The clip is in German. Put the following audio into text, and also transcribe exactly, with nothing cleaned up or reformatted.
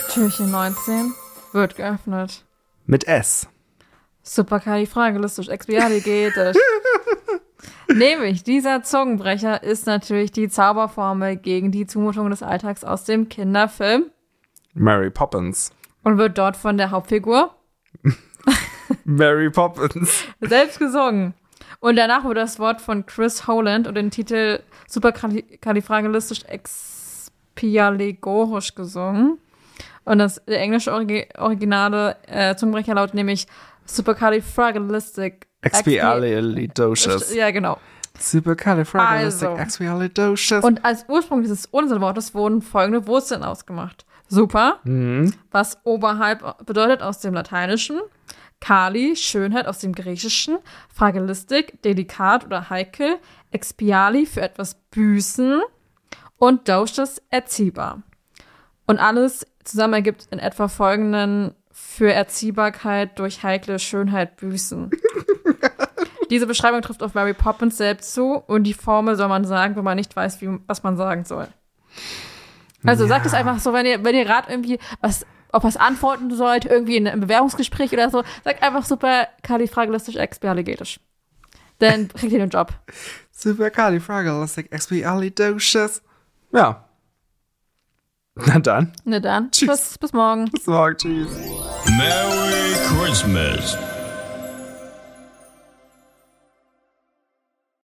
Türchen neunzehn wird geöffnet. Mit S. Supercalifragilisticexpialidocious. Nämlich, dieser Zungenbrecher ist natürlich die Zauberformel gegen die Zumutung des Alltags aus dem Kinderfilm. Mary Poppins. Und wird dort von der Hauptfigur Mary Poppins selbst gesungen. Und danach wurde das Wort von Chris Holland und den Titel Supercalifragilisticexpialidocious gesungen. Und das, der englische Origi- originale äh, Zungenbrecher lautet nämlich Supercalifragilisticexpialidocious. Ja, genau. Supercalifragilisticexpialidocious. Also. Und als Ursprung dieses Unsinnwortes wurden folgende Wurzeln ausgemacht. Super, mhm. was oberhalb bedeutet aus dem Lateinischen. Kali, Schönheit aus dem Griechischen. Fragilistik, delikat oder heikel. Expiali, für etwas büßen. Und docious, erziehbar. Und alles zusammen ergibt in etwa folgenden für Erziehbarkeit durch heikle Schönheit büßen. Diese Beschreibung trifft auf Mary Poppins selbst zu und die Formel soll man sagen, wenn man nicht weiß, wie, was man sagen soll. Also ja. sagt es einfach so, wenn ihr, wenn ihr gerade irgendwie was, auf was antworten sollt, irgendwie in einem Bewerbungsgespräch oder so, sagt einfach supercalifragilisticexpialidocious. Dann kriegt ihr den Job. Supercalifragilisticexpialidocious. Ja. Na dann. Na dann. Tschüss. Bis, bis morgen. Bis morgen. Tschüss. Merry Christmas.